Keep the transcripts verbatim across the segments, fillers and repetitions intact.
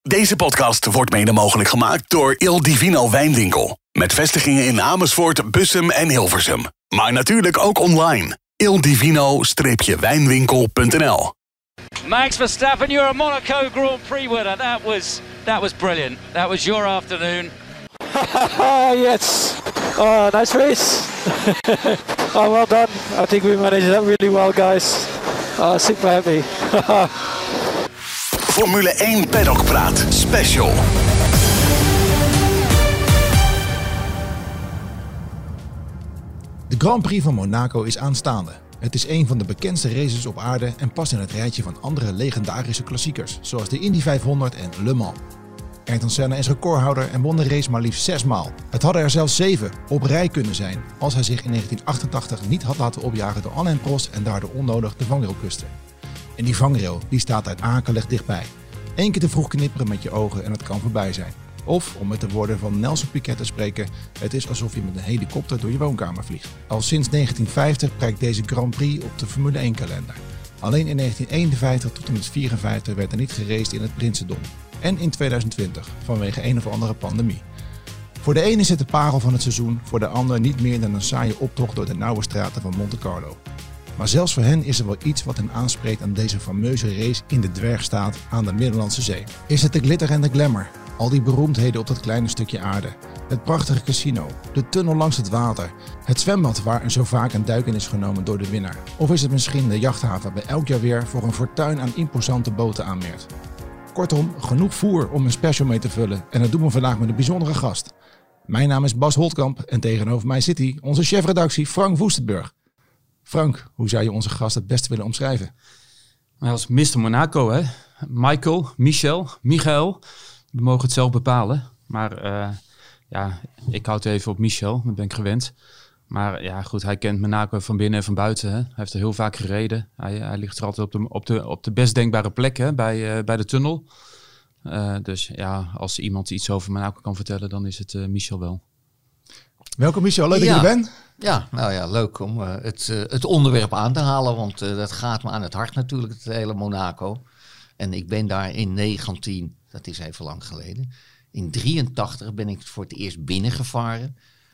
Deze podcast wordt mede mogelijk gemaakt door Il Divino Wijnwinkel. Met vestigingen in Amersfoort, Bussum en Hilversum. Maar natuurlijk ook online. il divino wijnwinkel punt n l. Max Verstappen, you're a Monaco Grand Prix winner. That was that was brilliant. That was your afternoon. Yes. Oh, nice race. Oh, well done. I think we managed that really well, guys. Oh, super happy. Formule één Paddock Praat Special. De Grand Prix van Monaco is aanstaande. Het is een van de bekendste races op aarde en past in het rijtje van andere legendarische klassiekers, zoals de Indy vijfhonderd en Le Mans. Ayrton Senna is recordhouder en won de race maar liefst zes maal. Het hadden er zelfs zeven op rij kunnen zijn, als hij zich in negentien achtentachtig niet had laten opjagen door Alain Prost en daardoor onnodig de vangrail kuste. En die vangrail die staat uit Aken dichtbij. Eén keer te vroeg knipperen met je ogen en het kan voorbij zijn. Of, om met de woorden van Nelson Piquet te spreken, het is alsof je met een helikopter door je woonkamer vliegt. Al sinds negentien vijftig prijkt deze Grand Prix op de Formule één kalender. Alleen in negentien eenenvijftig tot en met vierenvijftig werd er niet geraced in het Prinsendom. En in tweeduizend twintig, vanwege een of andere pandemie. Voor de ene is het de parel van het seizoen, voor de ander niet meer dan een saaie optocht door de nauwe straten van Monte Carlo. Maar zelfs voor hen is er wel iets wat hen aanspreekt aan deze fameuze race in de dwergstaat aan de Middellandse Zee. Is het de glitter en de glamour? Al die beroemdheden op dat kleine stukje aarde. Het prachtige casino, de tunnel langs het water, het zwembad waar zo vaak een duik in is genomen door de winnaar. Of is het misschien de jachthaven bij elk jaar weer voor een fortuin aan imposante boten aanmeert. Kortom, genoeg voer om een special mee te vullen en dat doen we vandaag met een bijzondere gast. Mijn naam is Bas Holtkamp en tegenover mij zit hij, onze chefredactie Frank Woestenburg. Frank, hoe zou je onze gast het beste willen omschrijven? Als mister Monaco, hè? Michael, Michel, Michael. We mogen het zelf bepalen. Maar uh, ja, ik houd even op Michel, dat ben ik gewend. Maar ja, goed, hij kent Monaco van binnen en van buiten. Hè? Hij heeft er heel vaak gereden. Hij, hij ligt er altijd op de, op de, op de best denkbare plek, hè? Bij, uh, bij de tunnel. Uh, dus ja, als iemand iets over Monaco kan vertellen, dan is het uh, Michel wel. Welkom Michel, leuk ja. dat je er bent. Ja, nou ja, leuk om uh, het, uh, het onderwerp aan te halen, want uh, dat gaat me aan het hart natuurlijk, het hele Monaco. En ik ben daar in negentien, dat is even lang geleden, in drieëntachtig ben ik voor het eerst binnengevaren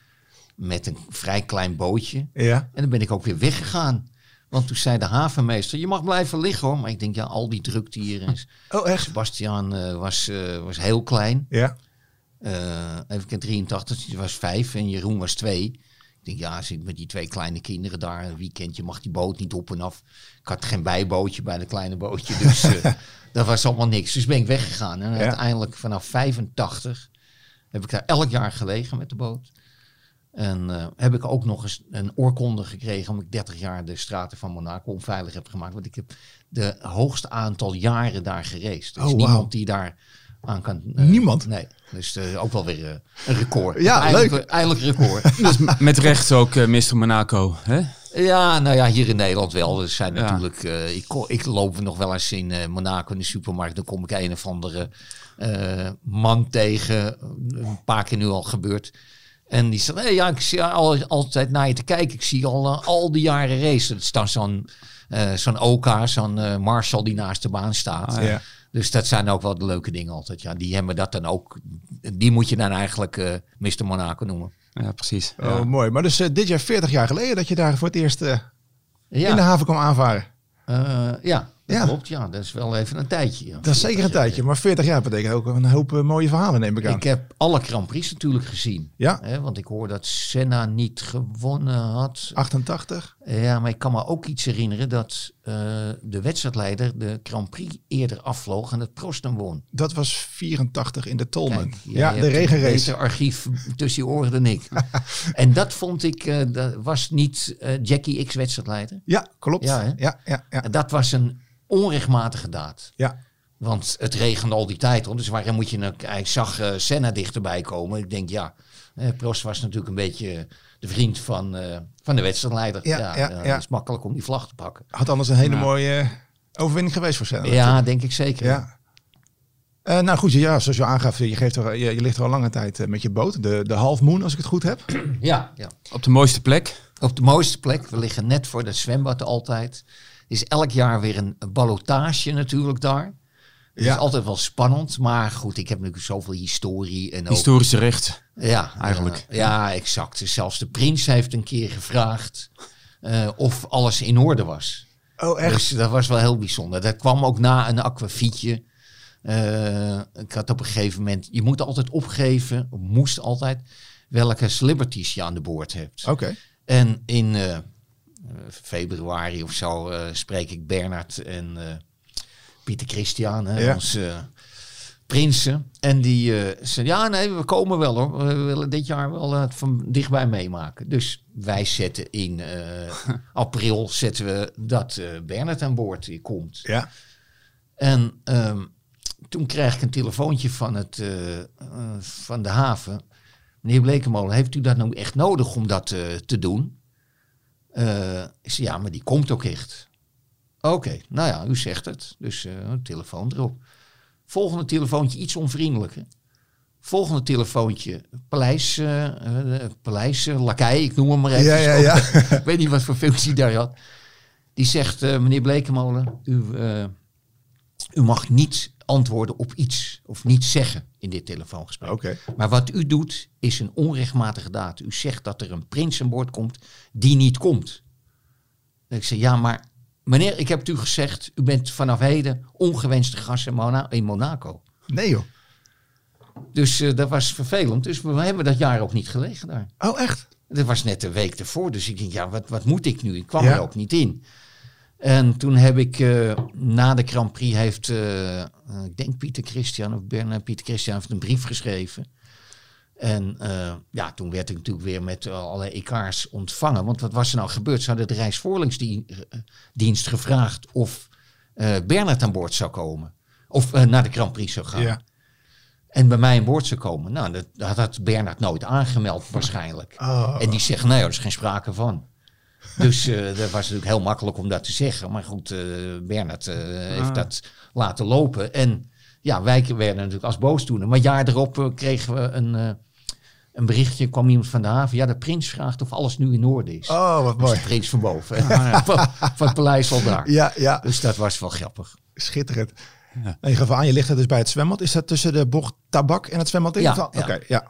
met een vrij klein bootje. Ja. En dan ben ik ook weer weggegaan. Want toen zei de havenmeester, je mag blijven liggen hoor. Maar ik denk, ja, al die drukte hier is. Oh echt? Sebastian uh, was, uh, was heel klein. Ja. Uh, even in drieëntachtig, die was vijf en Jeroen was twee. Ik denk, ja, zit met die twee kleine kinderen daar. Een weekendje mag die boot niet op en af. Ik had geen bijbootje bij de kleine bootje. Dus uh, dat was allemaal niks. Dus ben ik weggegaan. En ja. uiteindelijk vanaf vijfentachtig heb ik daar elk jaar gelegen met de boot. En uh, heb ik ook nog eens een oorkonde gekregen omdat ik dertig jaar de straten van Monaco onveilig heb gemaakt. Want ik heb de hoogste aantal jaren daar gereisd. Er is oh, niemand wow. die daar aan kan... Uh, Niemand? Nee, dus uh, ook wel weer uh, een record. Ja, eindelijk, leuk. Eindelijk record. Dus met recht ook uh, mister Monaco, hè? Ja, nou ja, hier in Nederland wel. Er zijn ja. natuurlijk... Uh, ik, ik loop nog wel eens in uh, Monaco in de supermarkt. Dan kom ik een of andere uh, man tegen. Een paar keer nu al gebeurd. En die zei, hey, ja, ik zie al, altijd naar je te kijken. Ik zie al, uh, al die jaren racen. Het is dan zo'n, uh, zo'n O K, zo'n uh, Marshall die naast de baan staat. Ah, ja. Dus dat zijn ook wel de leuke dingen altijd. Ja, die hebben dat dan ook. Die moet je dan eigenlijk uh, mister Monaco noemen. Ja, precies. Oh, Ja. mooi. Maar dus uh, dit jaar veertig jaar geleden dat je daar voor het eerst uh, Ja. in de haven kwam aanvaren. Uh, ja, dat Ja. klopt. Ja, dat is wel even een tijdje. Ja. Dat is zeker een tijdje. Maar veertig jaar betekent ook een hoop uh, mooie verhalen, neem ik aan. Ik heb alle Grand Prix natuurlijk gezien. Ja. Hè, want ik hoor dat Senna niet gewonnen had. achtentachtig. Ja, maar ik kan me ook iets herinneren dat uh, de wedstrijdleider de Grand Prix eerder afvloog en het Prost hem won. Dat was vierentachtig in de Tolman. Kijk, Ja, jij de hebt een regenrace. beter archief tussen je oren dan ik. En dat vond ik, uh, dat was niet uh, Jackie X wedstrijdleider. Ja, klopt. Ja, hè? ja, ja, ja. En dat was een onrechtmatige daad. ja. Want het regende al die tijd rond. Dus waar moet je nou... Hij zag uh, Senna dichterbij komen. Ik denk, ja... Eh, Prost was natuurlijk een beetje de vriend van, uh, van de wedstrijdleider. Ja, ja, ja, ja, ja. Het is makkelijk om die vlag te pakken. Had anders een hele Ja. mooie uh, overwinning geweest voor Senna. Ja, denk ik zeker. Ja. Uh, nou goed, ja, zoals je aangaf, je, geeft er, je, je ligt er al lange tijd uh, met je boot. De, de Half Moon, als ik het goed heb. Ja, ja. Op de mooiste plek. Op de mooiste plek. We liggen net voor het zwembad altijd. Er is elk jaar weer een ballotage natuurlijk daar. Het Ja. is altijd wel spannend, maar goed, ik heb natuurlijk zoveel historie. En ook, Historische recht. ja, eigenlijk. Uh, ja, exact. Zelfs de prins heeft een keer gevraagd uh, of alles in orde was. Oh, echt? Dus dat was wel heel bijzonder. Dat kwam ook na een akkefietje. Uh, ik had op een gegeven moment... Je moet altijd opgeven, of moest altijd, welke celebrities je aan de boord hebt. Oké. Okay. En in uh, februari of zo uh, spreek ik Bernard en uh, Pieter Christian, hè, ja. onze uh, prinsen. En die uh, zeiden, ja nee, we komen wel hoor. We willen dit jaar wel uh, van dichtbij meemaken. Dus wij zetten in uh, april zetten we dat uh, Bernard aan boord komt. Ja. En um, toen kreeg ik een telefoontje van, het, uh, uh, van de haven. Meneer Blekemolen, heeft u dat nou echt nodig om dat uh, te doen? Uh, ik zei, ja, maar die komt ook echt. Oké, okay, nou ja, u zegt het. Dus uh, telefoon erop. Volgende telefoontje, iets onvriendelijker. Volgende telefoontje, paleis, uh, uh, paleis uh, lakij, ik noem hem maar even. Ja, ja, ja. Ik weet niet wat voor functie daar had. Die zegt, uh, meneer Blekemolen, u, uh, u mag niet antwoorden op iets of niet zeggen in dit telefoongesprek. Okay. Maar wat u doet is een onrechtmatige daad. U zegt dat er een prins aan boord komt die niet komt. En ik zeg, ja, maar meneer, ik heb het u gezegd, u bent vanaf heden ongewenste gast in, Mona- in Monaco. Nee joh. Dus uh, dat was vervelend. Dus we hebben dat jaar ook niet gelegen daar. Oh, echt? Dat was net de week ervoor. Dus ik denk, ja, wat, wat moet ik nu? Ik kwam ja. er ook niet in. En toen heb ik, uh, na de Grand Prix heeft, uh, uh, ik denk Pieter Christian of Bernard Pieter Christian heeft een brief geschreven. En uh, ja, toen werd ik natuurlijk weer met uh, alle E K's ontvangen. Want wat was er nou gebeurd? Ze hadden de Rijksvoorlingsdienst gevraagd of uh, Bernard aan boord zou komen. Of uh, naar de Grand Prix zou gaan. Ja. En bij mij aan boord zou komen. Nou, dat, dat had Bernard nooit aangemeld waarschijnlijk. Oh. En die zegt, nee, er is geen sprake van. Dus uh, dat was natuurlijk heel makkelijk om dat te zeggen. Maar goed, uh, Bernard uh, heeft ah. dat laten lopen. En ja, wij werden natuurlijk als boosdoener. Maar een jaar erop uh, kregen we een, uh, een berichtje. Kwam iemand van de haven. Ja, de prins vraagt of alles nu in orde is. Oh, wat mooi. Dus de prins van boven. Ah, ja. van, van het paleis al daar. Ja, ja. Dus dat was wel grappig. Schitterend. Ja. En je gaf aan, je ligt er dus bij het zwembad. Is dat tussen de bocht Tabak en het zwembad in? Ja, Oké, ja. okay, ja.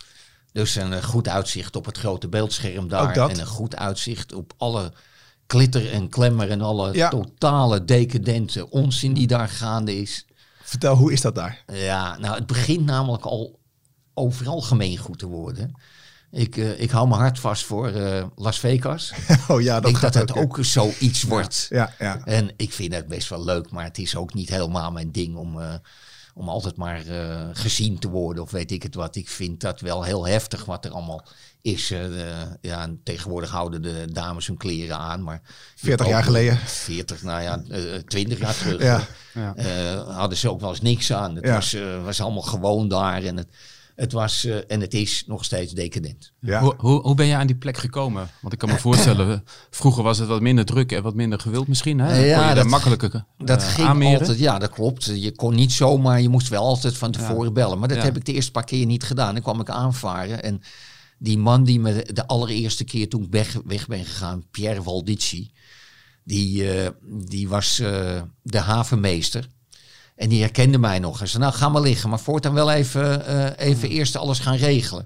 Dus een uh, goed uitzicht op het grote beeldscherm daar. Ook dat. En een goed uitzicht op alle glitter en klemmer en alle ja. totale decadente onzin die daar gaande is. Vertel, hoe is dat daar? Ja, nou het begint namelijk al overal gemeengoed te worden. Ik, uh, ik hou mijn hart vast voor uh, Las Vegas. Oh ja, dat ik denk dat het ook, ook ja. zoiets wordt. Ja, ja. En ik vind het best wel leuk, maar het is ook niet helemaal mijn ding om... Uh, om altijd maar uh, gezien te worden of weet ik het wat. Ik vind dat wel heel heftig wat er allemaal is. Uh, ja, tegenwoordig houden de dames hun kleren aan. Maar veertig jaar geleden. veertig, nou ja, uh, twintig jaar terug. Ja. Uh, uh, hadden ze ook wel eens niks aan. Het ja. was, uh, was allemaal gewoon daar. En het, het was uh, en het is nog steeds decadent. Ja. Hoe, hoe, hoe ben je aan die plek gekomen? Want ik kan me voorstellen, vroeger was het wat minder druk en wat minder gewild misschien. Hè? Ja, kon je dat, makkelijker uh, dat ging aanmeren? altijd. Ja, dat klopt. Je kon niet zomaar, je moest wel altijd van tevoren ja. bellen. Maar dat ja. heb ik de eerste paar keer niet gedaan. Dan kwam ik aanvaren en die man die me de allereerste keer toen ik weg, weg ben gegaan, Pierre Valdici, die, uh, die was uh, de havenmeester. En die herkende mij nog. Hij zei, nou ga maar liggen, maar voortaan wel even, uh, even mm. eerst alles gaan regelen.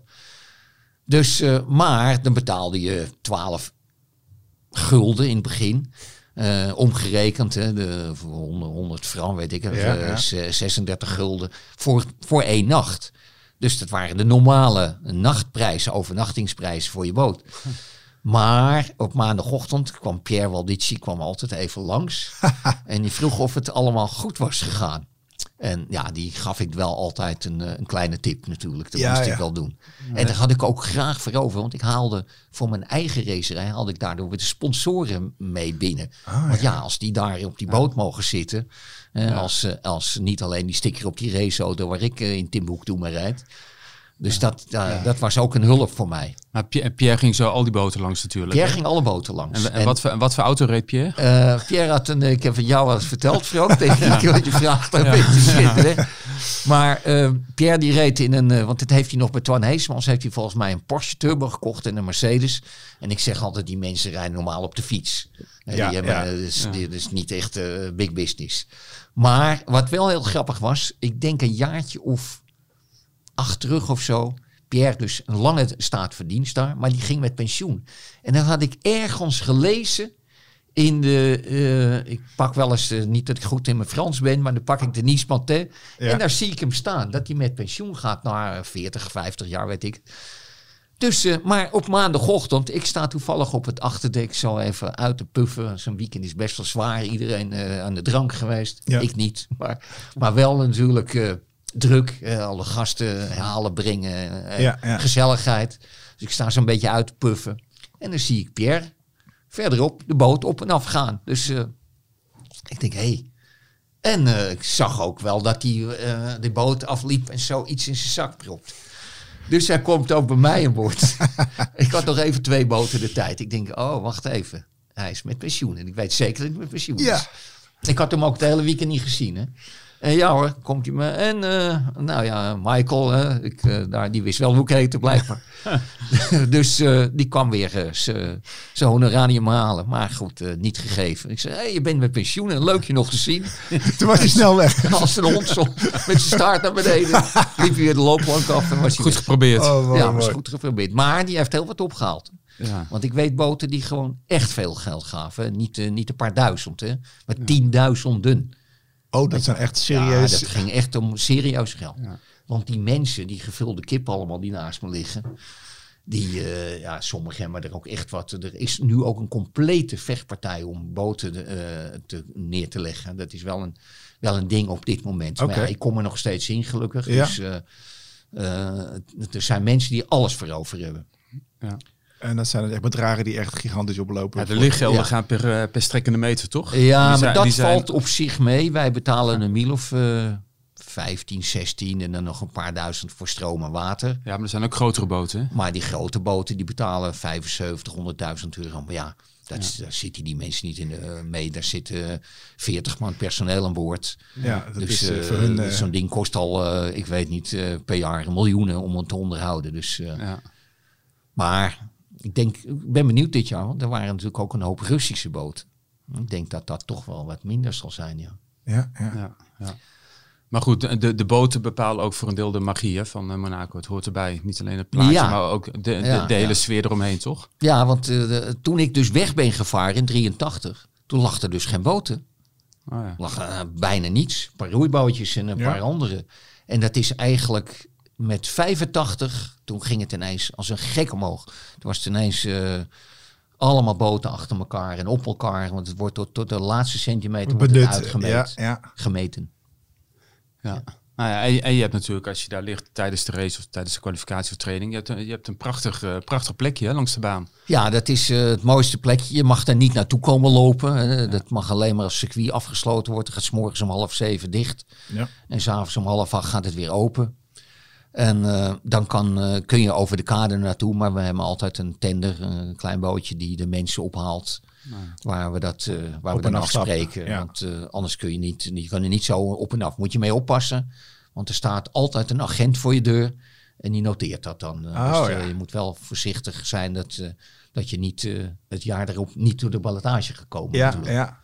Dus, uh, maar dan betaalde je twaalf gulden in het begin. Uh, omgerekend, hè, de, voor honderd frank, weet ik het, ja, uh, ja. zesendertig gulden voor, voor één nacht. Dus dat waren de normale nachtprijzen, overnachtingsprijzen voor je boot. Hm. Maar op maandagochtend kwam Pierre Valdici kwam altijd even langs. En die vroeg of het allemaal goed was gegaan. En ja, die gaf ik wel altijd een, een kleine tip natuurlijk. Dat ja, moest ja. ik wel doen. Ja. En daar had ik ook graag voor over. Want ik haalde voor mijn eigen racerij, haalde ik daardoor weer de sponsoren mee binnen. Oh, want ja, ja, als die daar op die boot ja. mogen zitten. Ja. Eh, als, als niet alleen die sticker op die raceauto waar ik uh, in Timbuktu mee rijd. Dus ja. dat, uh, ja. dat was ook een hulp voor mij. Maar Pierre, Pierre ging zo al die boten langs natuurlijk. Pierre hè? ging alle boten langs. En, en, en wat, voor, wat voor auto reed Pierre? Uh, Pierre had een, ik heb van jou al eens verteld, Frank. Tegen ja. wat je vraagt, daar ja. weet je zitten. Hè? Maar uh, Pierre die reed in een, uh, want dit heeft hij nog bij Twan Heesmans, heeft hij volgens mij een Porsche Turbo gekocht en een Mercedes. En ik zeg altijd, die mensen rijden normaal op de fiets. Ja, die hebben, ja. Uh, dus, ja. die, dus niet echt uh, big business. Maar wat wel heel grappig was, ik denk een jaartje of acht terug of zo. Pierre dus een lange staat van dienst daar, maar die ging met pensioen. En dan had ik ergens gelezen in de, uh, ik pak wel eens, uh, niet dat ik goed in mijn Frans ben, maar dan pak ik de Nice Matin. Ja. En daar zie ik hem staan, dat hij met pensioen gaat na veertig, vijftig jaar, weet ik. Dus, uh, maar op maandagochtend, ik sta toevallig op het achterdek zo even uit te puffen. Zo'n weekend is best wel zwaar, iedereen uh, aan de drank geweest. Ja. Ik niet, maar, maar wel natuurlijk uh, druk, uh, alle gasten halen, brengen, uh, ja, ja. gezelligheid. Dus ik sta zo'n beetje uit te puffen. En dan zie ik Pierre verderop de boot op en af gaan. Dus uh, ik denk, hé. Hey. En uh, ik zag ook wel dat hij uh, de boot afliep en zo iets in zijn zak propt. Dus hij komt ook bij mij aan boord. Ik had nog even twee boten de tijd. Ik denk, oh, wacht even. Hij is met pensioen. En ik weet zeker dat hij met pensioen is. Ja. Ik had hem ook de hele weekend niet gezien, hè. En ja hoor, komt hij me. En uh, nou ja, Michael, uh, ik, uh, daar, die wist wel hoe ik heette blijkbaar. Dus uh, die kwam weer uh, zijn honorarium halen. Maar goed, uh, niet gegeven. Ik zei, hey, je bent met pensioen en leuk je nog te zien. Toen was hij snel weg. Als een hond zo, met zijn staart naar beneden. Liep hij weer de loopplank af en was hij goed weg. Geprobeerd. Oh, mooi, ja, was mooi. goed geprobeerd. Maar die heeft heel wat opgehaald. Ja. Want ik weet boten die gewoon echt veel geld gaven. Niet, uh, niet een paar duizend, hè, maar ja. tienduizenden. Oh, dat zijn echt serieus. Ja, dat ging echt om serieus geld. Ja. Want die mensen, die gevulde kippen allemaal die naast me liggen. Die, uh, ja, sommigen hebben er ook echt wat. Er is nu ook een complete vechtpartij om boten uh, te, neer te leggen. Dat is wel een, wel een ding op dit moment. Okay. Maar ja, ik kom er nog steeds in, gelukkig. Ja. Dus uh, uh, er zijn mensen die alles voor over hebben. Ja. En dat zijn echt bedragen die echt gigantisch oplopen. Ja, de lichtgelden ja. gaan per, uh, per strekkende meter, toch? Ja, die maar zijn, dat zijn... valt op zich mee. Wij betalen een mil of uh, vijftien, zestien en dan nog een paar duizend voor stroom en water. Ja, maar er zijn ook grotere boten. Hè? Maar die grote boten die betalen vijfenzeventig, honderdduizend euro. Maar ja, dat, ja. daar zitten die mensen niet in de, mee. Daar zitten veertig man personeel aan boord. Ja, dat dus is, uh, voor hun, uh... zo'n ding kost al, uh, ik weet niet, uh, per jaar miljoenen om het te onderhouden. Dus, uh, ja. Maar... Ik denk, ik ben benieuwd dit jaar, want er waren natuurlijk ook een hoop Russische boten. Ik denk dat dat toch wel wat minder zal zijn, ja. Ja, ja. ja, ja. Maar goed, de, de boten bepalen ook voor een deel de magie hè, van uh, Monaco. Het hoort erbij. Niet alleen het plaatje, ja. maar ook de, de, ja, de hele ja. sfeer eromheen, toch? Ja, want uh, de, toen ik dus weg ben gevaren in drieëntachtig, toen lag er dus geen boten. Oh, ja. lag uh, bijna niets. Een paar roeibootjes en een ja. paar andere. En dat is eigenlijk... Met vijfentachtig, toen ging het ineens als een gek omhoog. Toen was het ineens uh, allemaal boten achter elkaar en op elkaar. Want het wordt tot, tot de laatste centimeter wordt het uitgemeten. Ja, ja. Gemeten. Ja. Ja. Nou ja, en, en je hebt natuurlijk, als je daar ligt tijdens de race of tijdens de kwalificatie of training, je hebt een, je hebt een prachtig, uh, prachtig plekje hè, langs de baan. Ja, dat is uh, het mooiste plekje. Je mag daar niet naartoe komen lopen. Uh, ja. Dat mag alleen maar als het circuit afgesloten wordt. Het gaat 's morgens om half zeven dicht. Ja. En 's avonds om half acht gaat het weer open. En uh, dan kan, uh, kun je over de kade naartoe, maar we hebben altijd een tender, een klein bootje die de mensen ophaalt. Nou ja. Waar we dat uh, waar op we dan afspreken. Ja. Want uh, anders kun je niet, je kan er niet zo op en af. Moet je mee oppassen, want er staat altijd een agent voor je deur en die noteert dat dan. Uh, oh, dus uh, ja. je moet wel voorzichtig zijn dat, uh, dat je niet uh, het jaar erop niet door de ballotage gekomen ja, ja.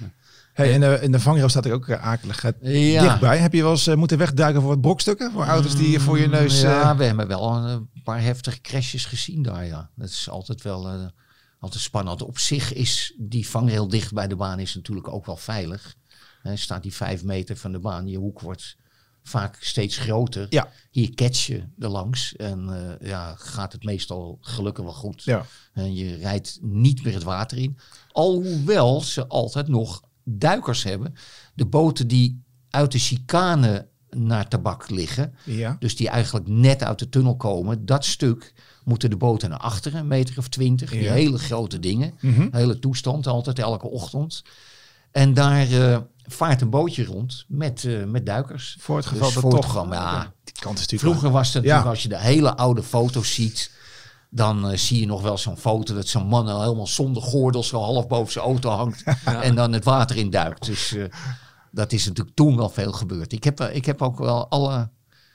Hey, in, de, in de vangrail staat er ook uh, akelig uh, ja. dichtbij. Heb je wel eens uh, moeten wegduiken voor wat brokstukken? Voor auto's die voor je neus... Uh... Ja, we hebben wel een paar heftige crashes gezien daar, ja. Dat is altijd wel uh, altijd spannend. Op zich is die vangrail dicht bij de baan is natuurlijk ook wel veilig. He, staat die vijf meter van de baan. Je hoek wordt vaak steeds groter. Ja. Hier catch je er langs. En uh, ja, gaat het meestal gelukkig wel goed. Ja. En je rijdt niet meer het water in. Alhoewel ze altijd nog... duikers hebben. De boten die uit de chicane naar tabak liggen. Ja. Dus die eigenlijk net uit de tunnel komen. Dat stuk moeten de boten naar achteren. Een meter of twintig. Ja. Die hele grote dingen. Mm-hmm. Hele toestand altijd elke ochtend. En daar uh, vaart een bootje rond met, uh, met duikers. Voor het geval dus dat toch... Geval, ja, die kant is natuurlijk vroeger was het natuurlijk ja. als je de hele oude foto's ziet... Dan uh, zie je nog wel zo'n foto dat zo'n man al helemaal zonder gordel zo half boven zijn auto hangt. Ja. En dan het water in duikt. Dus uh, dat is natuurlijk toen wel veel gebeurd. Ik heb, uh, ik heb ook wel alle,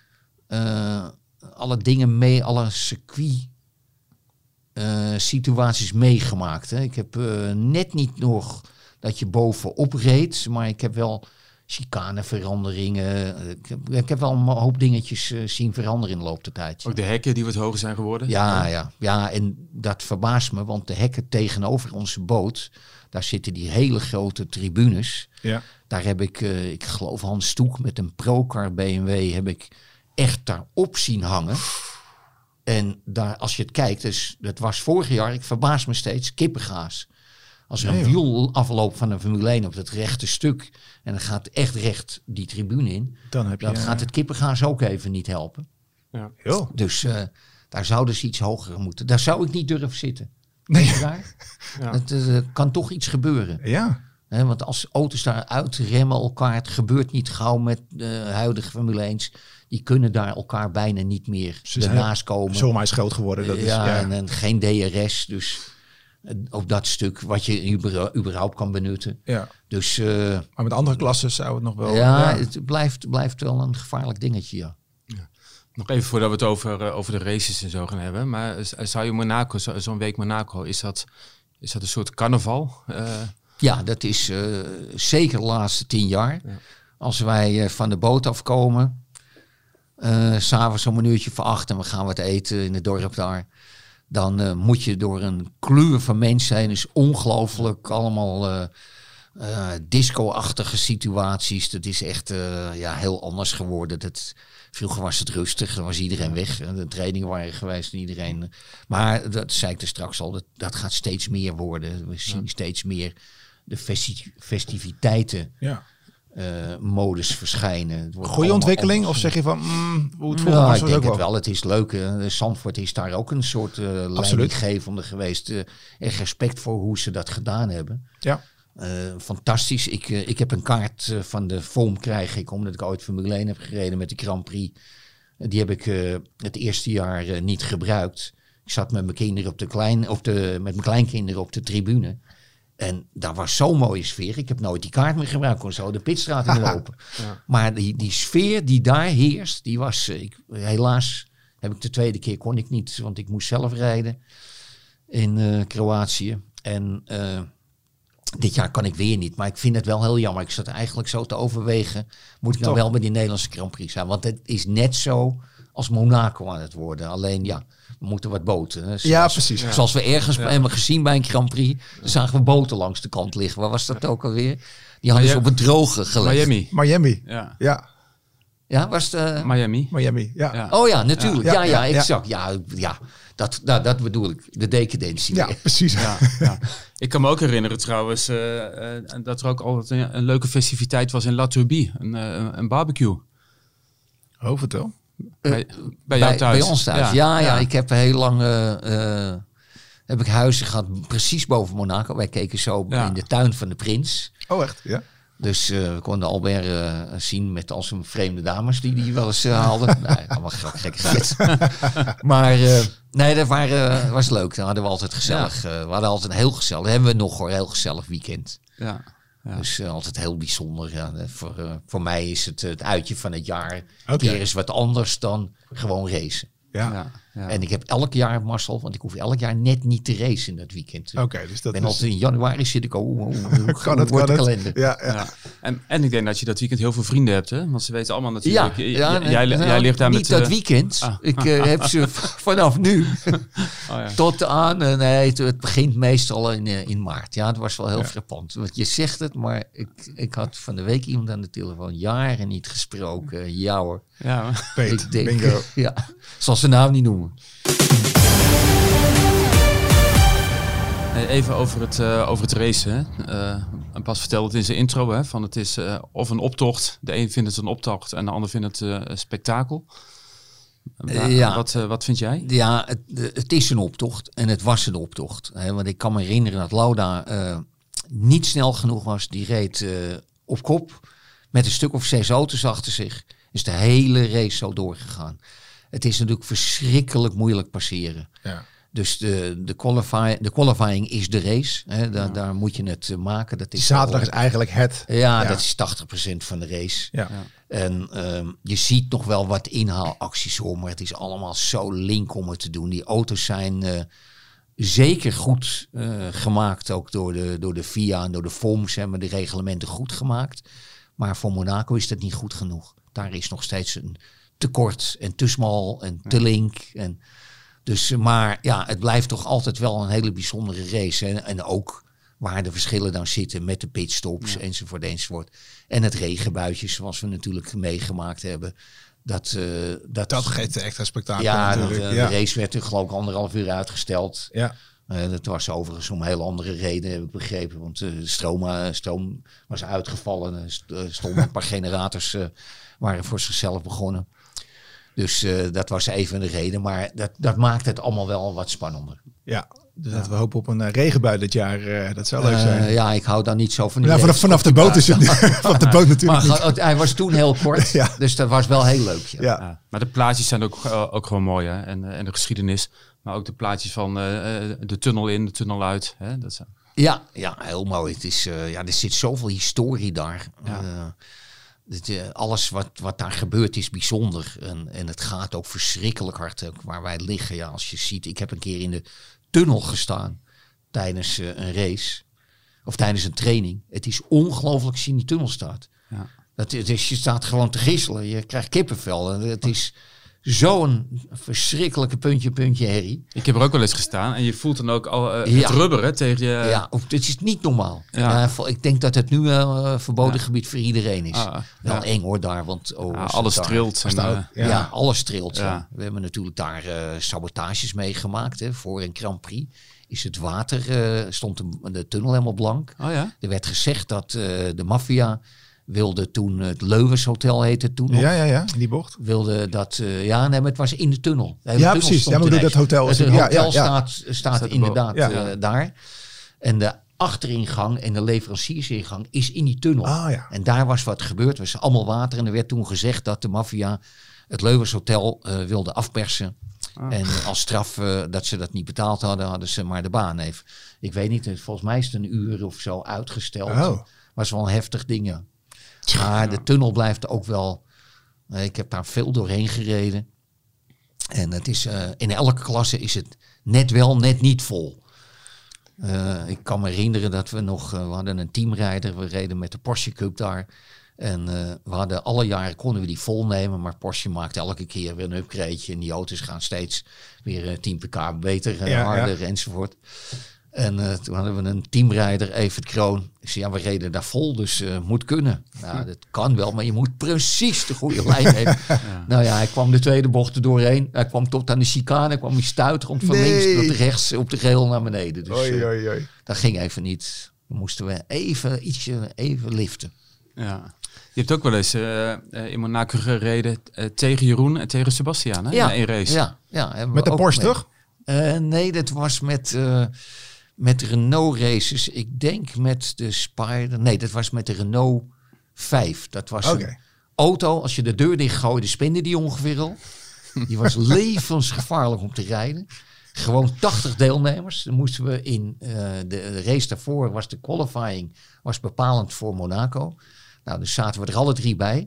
uh, alle dingen mee, alle circuit uh, situaties meegemaakt. Hè. Ik heb uh, net niet nog dat je bovenop reed. Maar ik heb wel chicaneveranderingen. Uh, ik, heb, ik heb wel een hoop dingetjes uh, zien veranderen in de loop der tijd. Ook de hekken die wat hoger zijn geworden? Ja, ja, ja, en dat verbaast me, want de hekken tegenover onze boot, daar zitten die hele grote tribunes. Ja. Daar heb ik, uh, ik geloof Hans Stoek met een Procar B M W, heb ik echt daarop zien hangen. En daar, als je het kijkt, dus, dat was vorig jaar, ik verbaas me steeds, kippengaas. Als er een Nee, wiel afloopt van een Formule één op het rechte stuk en dan gaat echt recht die tribune in, Dan heb je... dan gaat het kippengaas ook even niet helpen. Ja. Yo. Dus uh, daar zouden ze iets hoger moeten. Daar zou ik niet durven zitten. Nee. Daar. Ja. Het uh, kan toch iets gebeuren. Ja. He, want als auto's daar uitremmen elkaar, het gebeurt niet gauw met de huidige Formule ééns. Die kunnen daar elkaar bijna niet meer Ze zijn ernaast komen. Zomaar is groot geworden. Dat is, ja, ja. En, en geen D R S. Dus uh, op dat stuk wat je uber- überhaupt kan benutten. ja. Dus uh, Maar met andere klassen zou het nog wel... ja, ja. het blijft, blijft wel een gevaarlijk dingetje. Ja. Nog even voordat we het over, uh, over de races en zo gaan hebben. Maar z- zou je Monaco, zo, zo'n week Monaco, is dat, is dat een soort carnaval? Uh, Ja, dat is uh, zeker de laatste tien jaar. Ja. Als wij uh, van de boot afkomen, uh, s'avonds om een uurtje voor acht en we gaan wat eten in het dorp daar. Dan uh, moet je door een kluwen van mensen heen. is ongelooflijk allemaal uh, uh, disco-achtige situaties. Dat is echt uh, ja, heel anders geworden. Dat, vroeger was het rustig, dan was iedereen weg. De trainingen waren geweest en iedereen. Maar dat zei ik er straks al, dat, dat gaat steeds meer worden. We zien ja. steeds meer de festi- festiviteiten ja. uh, modus verschijnen. Goeie ontwikkeling? Anders. Of zeg je van, mm, hoe het vroeger ja, was? ik denk ook het wel. Het is leuk. Uh, Zandvoort is daar ook een soort uh, leidinggevende geweest. Uh, echt respect voor hoe ze dat gedaan hebben. Ja. Uh, fantastisch. Ik, uh, ik heb een kaart uh, van de V O M krijg ik, omdat ik ooit Formule één heb gereden met de Grand Prix. Uh, die heb ik uh, het eerste jaar uh, niet gebruikt. Ik zat met mijn kinderen op de klein, op de, met mijn kleinkinderen op de tribune. En daar was zo'n mooie sfeer. Ik heb nooit die kaart meer gebruikt. Ik kon zo de pitstraat in lopen. Ja. Maar die, die sfeer die daar heerst, die was... Uh, ik, helaas heb ik de tweede keer kon ik niet, want ik moest zelf rijden in uh, Kroatië. En... Uh, Dit jaar kan ik weer niet, maar ik vind het wel heel jammer. Ik zat eigenlijk zo te overwegen, moet ik nou Toch. wel bij die Nederlandse Grand Prix zijn? Want het is net zo als Monaco aan het worden. Alleen ja, we moeten wat boten. Zoals, ja, precies. Ja. Zoals we ergens ja. hebben gezien bij een Grand Prix, dan zagen we boten langs de kant liggen. Waar was dat ook alweer? Die hadden ze op het droge gelegd. Miami. Miami, ja. ja. Ja, was het... Uh... Miami. Miami, ja. ja. Oh ja, natuurlijk. Ja, ja, ja, ja exact. Ja, ja, ja. Dat, dat, dat bedoel ik. De decadentie. Ja, precies. Ja, ja. Ik kan me ook herinneren trouwens uh, uh, dat er ook altijd een, een leuke festiviteit was in La Turbie. Een, uh, een barbecue. Oh, vertel. Uh, bij, bij jou thuis. Bij ons thuis. Ja, ja, ja. Ik heb heel lang... Uh, uh, heb ik huizen gehad precies boven Monaco. Wij keken zo ja. in de tuin van de prins. Oh, echt? Ja. Dus uh, we konden Albert uh, zien met al zijn vreemde dames die die wel eens uh, hadden. Nee, allemaal gekkigheid. Maar uh, nee, dat waren, uh, was leuk. Dan hadden we altijd gezellig. Ja. Uh, we hadden altijd een heel gezellig. Dat hebben we nog hoor, heel gezellig weekend. Ja. Ja. Dus uh, altijd heel bijzonder. Ja. Voor, uh, voor mij is het uh, het uitje van het jaar. Okay. Keer is wat anders dan gewoon racen. Ja. Ja, ja. En ik heb elk jaar, Marcel, want ik hoef elk jaar net niet te racen in dat weekend. Oké, okay, dus dat en is... altijd in januari zit ik al, hoe, hoe, hoe kan het, wordt kan de kalender? Het? Ja, ja. Ja. En, en ik denk dat je dat weekend heel veel vrienden hebt, hè? Want ze weten allemaal natuurlijk... Ja, j- ja nee, jij, nou, jij ligt daar niet met... dat uh, weekend. Ah. Ik uh, heb ze vanaf nu oh, ja. tot aan... Uh, nee, het, het begint meestal in, uh, in maart. Ja, het was wel heel ja. frappant. Want je zegt het, maar ik, ik had van de week iemand aan de telefoon jaren niet gesproken. Ja hoor. Ja, Peet, ik denk, bingo. Ja, zal ze naam niet noemen. Even over het, uh, over het racen. Uh, Bas vertelde het in zijn intro. Hè, van het is uh, of een optocht. De een vindt het een optocht en de ander vindt het uh, een spektakel. Uh, ja. wat, uh, wat vind jij? Ja, het, het is een optocht en het was een optocht. Hè, want ik kan me herinneren dat Lauda uh, niet snel genoeg was. Die reed uh, op kop met een stuk of zes auto's achter zich. Is de hele race zo doorgegaan. Het is natuurlijk verschrikkelijk moeilijk passeren. Ja. Dus de, de, qualify, de qualifying is de race. Hè, daar, ja. daar moet je het maken. Dat is Zaterdag al, is eigenlijk het. Ja, ja, dat is tachtig procent van de race. Ja. Ja. En um, je ziet nog wel wat inhaalacties hoor. Maar het is allemaal zo link om het te doen. Die auto's zijn uh, zeker goed uh, gemaakt. Ook door de, door de F I A en door de F O M's hebben de reglementen goed gemaakt. Maar voor Monaco is dat niet goed genoeg. Daar is nog steeds een tekort en te smal en te link. En dus, maar ja, het blijft toch altijd wel een hele bijzondere race. En, en ook waar de verschillen dan zitten met de pitstops ja. enzovoort enzovoort. En het regenbuitje zoals we natuurlijk meegemaakt hebben. Dat, uh, dat, dat geeft extra spektakel ja, natuurlijk. Dat, uh, ja, de race werd er geloof ik anderhalf uur uitgesteld. Ja. Uh, dat was overigens om heel andere redenen, heb ik begrepen. Want uh, de stroom, uh, stroom was uitgevallen. Er st- uh, stonden een paar generators, uh, waren voor zichzelf begonnen. Dus uh, dat was even de reden. Maar dat, dat maakt het allemaal wel wat spannender. Ja, dus dat we hopen op een uh, regenbui dit jaar. Uh, dat zou leuk zijn. Uh, ja, ik hou daar niet zo van. Die nou, vanaf, vanaf de boot is het vanaf de boot natuurlijk maar, niet. Hij was toen heel kort, ja. Dus dat was wel heel leuk. Ja. Ja. Ja, maar de plaatjes zijn ook, uh, ook gewoon mooi. Hè? En, uh, en de geschiedenis. Maar ook de plaatjes van uh, de tunnel in, de tunnel uit. Hè? Dat zijn... ja, ja, heel mooi. Het is, uh, ja, er zit zoveel historie daar. Ja. Uh, het, uh, alles wat, wat daar gebeurt is bijzonder. En, en het gaat ook verschrikkelijk hard ook waar wij liggen. Ja, als je ziet, ik heb een keer in de tunnel gestaan tijdens uh, een race. Of tijdens een training. Het is ongelooflijk als je in die tunnel staat. Ja. Dat, dus je staat gewoon te grisselen. Je krijgt kippenvel. En het is zo'n verschrikkelijke puntje, puntje herrie. Ik heb er ook wel eens gestaan. En je voelt dan ook al uh, ja. het rubber hè, tegen je... Ja, het is niet normaal. Ja. Uh, ik denk dat het nu een uh, verboden ja. gebied voor iedereen is. Ah, wel ja. eng hoor daar. Want oh, ja, alles daar, trilt. En, daar, uh, ja. ja. alles trilt. Ja. Ja. We hebben natuurlijk daar uh, sabotages meegemaakt. Hè, voor een Grand Prix is het water, uh, stond de, de tunnel helemaal blank. Oh ja? Er werd gezegd dat uh, de maffia wilde toen, het Leuwers Hotel heette toen nog. Ja, ja, ja, in die bocht. Wilde dat, uh, ja, nee, maar het was in de tunnel. De Ja, tunnel precies. Ja, maar ineens. dat hotel is... Het ja, hotel ja, ja. staat, staat, Staat inderdaad ja. uh, daar. En de achteringang en de leveranciersingang is in die tunnel. Ah, ja. En daar was wat gebeurd. Er was allemaal water. En er werd toen gezegd dat de maffia het Leuwers Hotel uh, wilde afpersen. Ah. En als straf uh, dat ze dat niet betaald hadden, hadden ze maar de baan even. Ik weet niet, volgens mij is het een uur of zo uitgesteld. Oh. Was wel een heftig ding, ja. Maar de tunnel blijft ook wel... Ik heb daar veel doorheen gereden. En het is, uh, in elke klasse is het net wel, net niet vol. Uh, ik kan me herinneren dat we nog... Uh, we hadden een teamrijder. We reden met de Porsche Cup daar. En uh, we hadden alle jaren konden we die vol nemen. Maar Porsche maakt elke keer weer een upgradeje. En die auto's gaan steeds weer uh, tien pk beter en ja, harder ja. enzovoort. En uh, toen hadden we een teamrijder, Evert Kroon. Ik zei, ja, we reden daar vol, dus uh, moet kunnen. Nou, dat kan wel, maar je moet precies de goede lijn hebben. Ja. Nou ja, hij kwam de tweede bocht er doorheen. Hij kwam tot aan de chicane. Hij kwam hij stuiterend van nee. links tot rechts op de rail naar beneden. Dus oei, uh, oei, oei. dat ging even niet. Dan moesten we even ietsje even liften. Ja. Je hebt ook wel eens uh, in Monaco gereden uh, tegen Jeroen en tegen Sebastian, hè? Ja, in één race. Ja, ja, met de Porsche, toch? Uh, nee, dat was met... Uh, Met Renault races, ik denk met de Spider... Nee, dat was met de Renault vijf. Dat was okay. een auto, als je de deur dicht gooide, spinde die ongeveer al. Die was levensgevaarlijk om te rijden. Gewoon tachtig deelnemers. Dan moesten we in uh, de, de race daarvoor, was de qualifying was bepalend voor Monaco. Nou, dus zaten we er alle drie bij.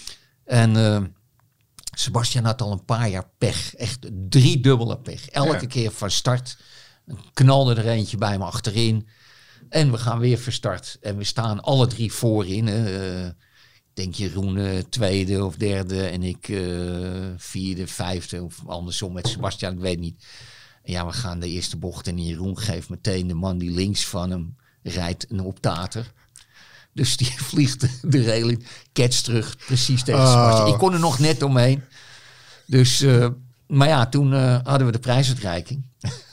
En uh, Sebastian had al een paar jaar pech. Echt driedubbele pech. Elke ja. keer van start... knalde er eentje bij me achterin. En we gaan weer verstart. En we staan alle drie voorin. Uh, ik denk Jeroen uh, tweede of derde. En ik uh, vierde, vijfde. Of andersom met Sebastian, ik weet niet. En ja, we gaan de eerste bocht. En Jeroen geeft meteen de man die links van hem rijdt een optater. Dus die vliegt de railing. Catch terug. Precies tegen oh. Sebastian. Ik kon er nog net omheen. Dus, uh, maar ja, toen uh, hadden we de prijsuitreiking.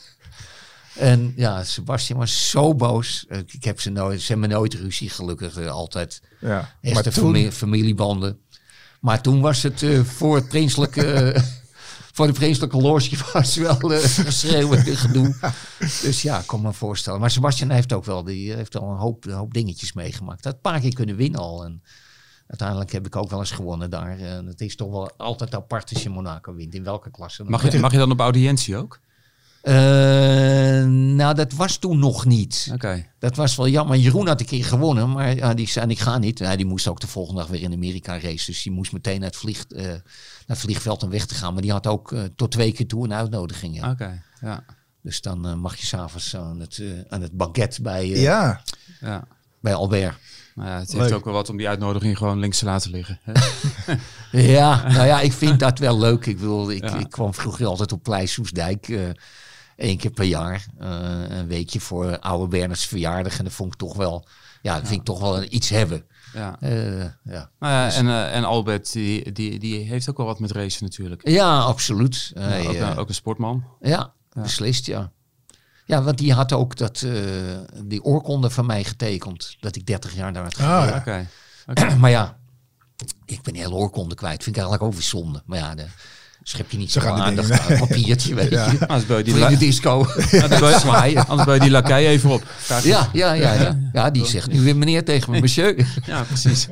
En ja, Sebastian was zo boos. Ik heb ze nooit, ze hebben nooit ruzie, gelukkig uh, altijd. Ja, echte toen... familie, familiebanden. Maar toen was het uh, voor het prinselijke, uh, voor de prinselijke loge was wel uh, geschreeuwen en gedoe. Dus ja, ik kan me voorstellen. Maar Sebastian heeft ook wel, die heeft al een hoop, een hoop dingetjes meegemaakt. Hij had een paar keer kunnen winnen al. En uiteindelijk heb ik ook wel eens gewonnen daar. En het is toch wel altijd apart als je Monaco wint, in welke klasse. Mag je, mag je dan op audiëntie ook? Uh, nou, dat was toen nog niet. Okay. Dat was wel jammer. Jeroen had een keer gewonnen, maar ja, die zei, ik ga niet. Ja, die moest ook de volgende dag weer in Amerika race. Dus die moest meteen naar het, vlieg, uh, naar het vliegveld om weg te gaan. Maar die had ook uh, tot twee keer toe een uitnodiging. Ja. Okay, ja. Dus dan uh, mag je s'avonds aan het, uh, aan het banket bij... Uh, ja. ja. bij Albert. Nou ja, het Leuk. heeft ook wel wat om die uitnodiging gewoon links te laten liggen. Hè? Ja, nou ja, ik vind dat wel leuk. Ik, bedoel, ik, Ja. ik kwam vroeger altijd op Plein Soesdijk. Uh, één keer per jaar. Uh, een weekje voor oude Bernards verjaardag. En dat vond ik toch wel, ja, dat vind ik toch wel iets hebben. Ja. Uh, ja. Nou ja, en, uh, en Albert, die, die, die heeft ook wel wat met racen natuurlijk. Ja, absoluut. Ja, Hij, ook, uh, een, ook een sportman. Ja, ja, beslist, ja. Ja, want die had ook dat, uh, die oorkonde van mij getekend. Dat ik dertig jaar daar had Ah, ja. Oké. Okay. Okay. Maar ja, ik ben de hele oorkonde kwijt. Vind ik eigenlijk ook weer zonde. Maar ja, dan schep je niet Zo zo gaan die aandacht dingen. aan een papiertje, weet Ja. je. Anders bel je die, Voor in la- de disco. anders bel je- Zwaaien. anders bel je die lakij even op. Vraag je- Ja, ja, ja, ja. Ja, die zegt nu weer meneer tegen me, monsieur. Ja, precies.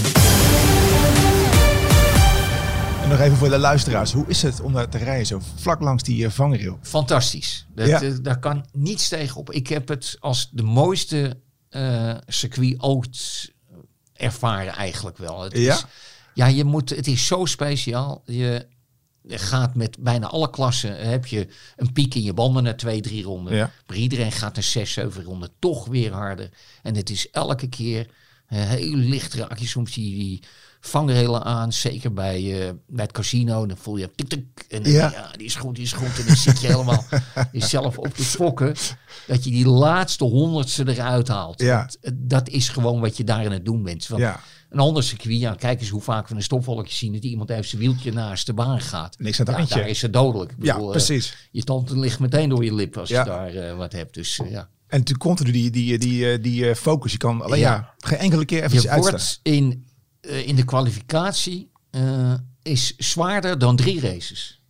En nog even voor de luisteraars. Hoe is het om daar te rijden zo vlak langs die uh, vangrail? Fantastisch. Dat, Ja. uh, daar kan niets tegenop. Ik heb het als de mooiste uh, circuit ooit ervaren eigenlijk wel. Het Ja? is, ja, je moet, het is zo speciaal. Je gaat met bijna alle klassen, heb je een piek in je banden na twee, drie ronden. Ja. Maar iedereen gaat naar zes, zeven ronden toch weer harder. En het is elke keer uh, heel licht raak je soms die, die vangrailen aan. Zeker bij, uh, bij het casino. Dan voel je tik tik. En dan, Ja. ja. die is goed, die is goed. En dan zit je helemaal jezelf op te fokken. Dat je die laatste honderdste eruit haalt. Ja. Dat, dat is gewoon wat je daar aan het doen bent. Want Ja, een ander circuit, ja, kijk eens hoe vaak we een stofwolkje zien dat iemand even zijn wieltje naast de baan gaat. niks aan het Ja, handje. daar is het dodelijk. Ik Ja, bedoel, uh, precies. je tand ligt meteen door je lip als Ja. je daar uh, wat hebt. Dus uh, ja. En toen komt er die, die, die, die, die uh, focus. Je kan alleen ja. Ja. geen enkele keer even Je uitstaan. wordt in, uh, in de kwalificatie uh, is zwaarder dan drie races.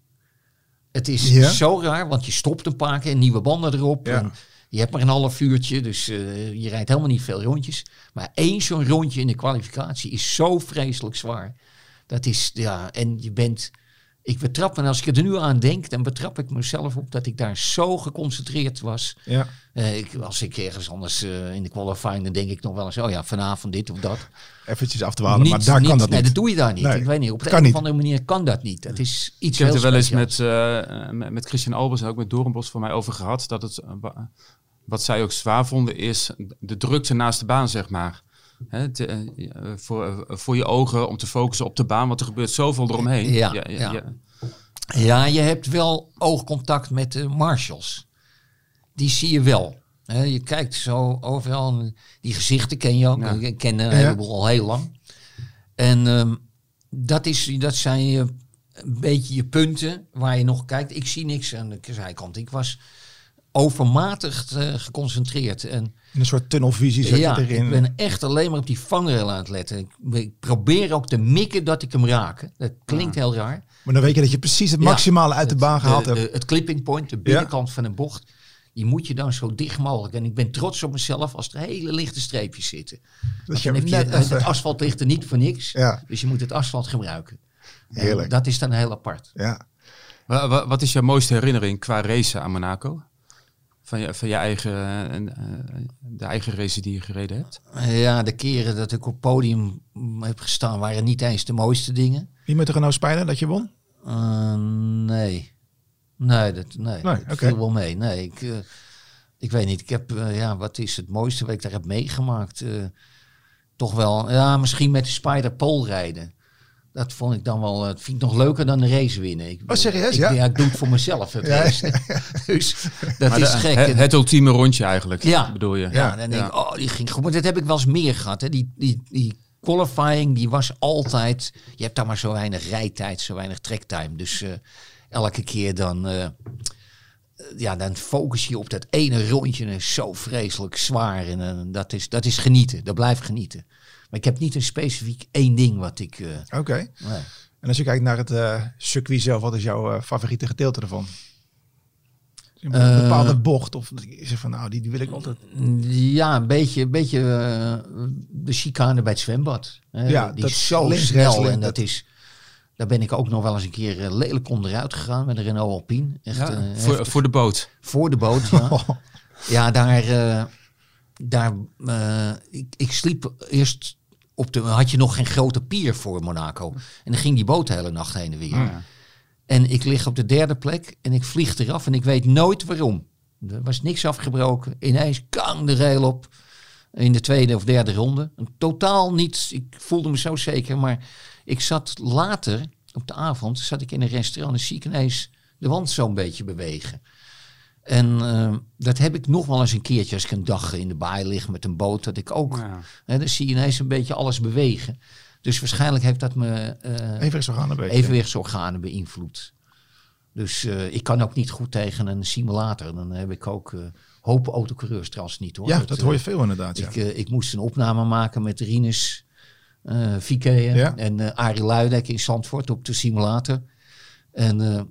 Het is Ja? zo raar, want je stopt een paar keer, nieuwe banden erop. Ja. En je hebt maar een half uurtje, dus uh, je rijdt helemaal niet veel rondjes. Maar één zo'n rondje in de kwalificatie is zo vreselijk zwaar. Dat is, ja, en je bent... Ik betrap me, als ik er nu aan denk, dan betrap ik mezelf op dat ik daar zo geconcentreerd was. Ja. Uh, ik, als ik ergens anders uh, in de qualifying, dan denk ik nog wel eens, oh ja, vanavond dit of dat. Eventjes af te halen, Niet- maar daar niet- kan dat nee, niet. dat doe je daar niet. Nee, Ik weet niet, op de kan een niet. of andere manier kan dat niet. Dat is iets Ik heb heel er wel eens speciaals. met, uh, met, met Christian Albers en ook met Doornbos voor mij over gehad. Dat het, uh, wa- wat zij ook zwaar vonden, is de drukte naast de baan, zeg maar. Hè, te, uh, voor, uh, voor je ogen om te focussen op de baan, want er gebeurt zoveel eromheen. Ja, ja. Ja, je hebt wel oogcontact met de marshals. Die zie je wel. He, je kijkt zo overal. Die gezichten ken je ook. Ja. Ik ken een Ja. heleboel al heel lang. En um, dat, is, dat zijn je, een beetje je punten waar je nog kijkt. Ik zie niks aan de zijkant. Ik was overmatig uh, geconcentreerd. En In een soort tunnelvisie zit ja, je erin. ik ben echt alleen maar op die vangrail aan het letten. Ik, ik probeer ook te mikken dat ik hem raak. Dat klinkt heel raar. Maar dan weet je dat je precies het Ja, maximale uit de het- baan gehaald de, hebt. de- het clipping point, de binnenkant van een bocht, die moet je dan zo dicht mogelijk. En ik ben trots op mezelf als er hele lichte streepjes zitten. Dat Dan je heb je, net het even- asfalt ligt er niet voor niks, Ja. dus je moet het asfalt gebruiken. En Heerlijk. dat is dan heel apart. Ja. Wa- wa- Wat is jouw mooiste herinnering qua racen aan Monaco? Van je, van je eigen, uh, uh, de eigen race die je gereden hebt? Ja, de keren dat ik op het podium mm, heb gestaan waren niet eens de mooiste dingen. Wie moet er nou spijlen dat je won? Uh, nee. Nee, dat, nee, Nee, dat oké. viel wel mee. Nee, ik, uh, ik weet niet. Ik heb, uh, ja, wat is het mooiste wat ik daar heb meegemaakt? Uh, toch wel, ja, misschien met de Spider Pole rijden. Dat vond ik dan wel, uh, vind ik nog leuker dan de race winnen. Ik, Oh, serieus, ik, ja? Ja, ik doe het voor mezelf, het Ja. race. Dus dat Maar is de- gek. Het, het ultieme rondje eigenlijk, Ja. bedoel je? Ja, dan denk ik, oh, die ging goed. Maar dat heb ik wel eens meer gehad. Hè. Die, die, die qualifying, die was altijd... Je hebt daar maar zo weinig rijtijd, zo weinig tracktime. Dus uh, elke keer dan... Uh, ja, dan focus je op dat ene rondje. En is zo vreselijk zwaar. En uh, dat, is, dat is genieten. Dat blijft genieten. Maar ik heb niet een specifiek één ding wat ik... Uh, Oké. nee. En als je kijkt naar het uh, circuit zelf, wat is jouw uh, favoriete gedeelte ervan? Een Uh, bepaalde bocht of je zegt van nou, die, die wil ik altijd. Ja, een beetje, een beetje uh, de chicane bij het zwembad. Hè. Ja, die dat is zo links, snel rechts, en links, dat dat- is... Daar ben ik ook nog wel eens een keer uh, lelijk onderuit gegaan met een Renault Alpine. Echt, Ja, uh, voor, heftig. voor de boot. Voor de boot, ja. Ja, daar... Uh, daar uh, ik, ik sliep eerst op de... Had je nog geen grote pier voor Monaco. En dan ging die boot de hele nacht heen en weer. Ja. En ik lig op de derde plek en ik vlieg eraf en ik weet nooit waarom. Er was niks afgebroken. Ineens kang de rail op. In de tweede of derde ronde. Totaal niet, ik voelde me zo zeker. Maar ik zat later, op de avond, zat ik in een restaurant. En zie ik ineens de wand zo'n beetje bewegen. En uh, dat heb ik nog wel eens een keertje als ik een dag in de baai lig met een boot. Dat ik ook, Ja. hè, dan zie je ineens een beetje alles bewegen. Dus waarschijnlijk heeft dat me uh, Evenwichtsorganen een beetje. evenwichtsorganen beïnvloed. Dus uh, ik kan ook niet goed tegen een simulator. Dan heb ik ook uh, hoop autocoureurs trouwens niet hoor. Ja, dat, dat uh, hoor je veel inderdaad. Ja. Ik, uh, ik moest een opname maken met Rinus uh, Vikeën Ja. en uh, Arie Luidijk in Zandvoort op de simulator. En uh, uh,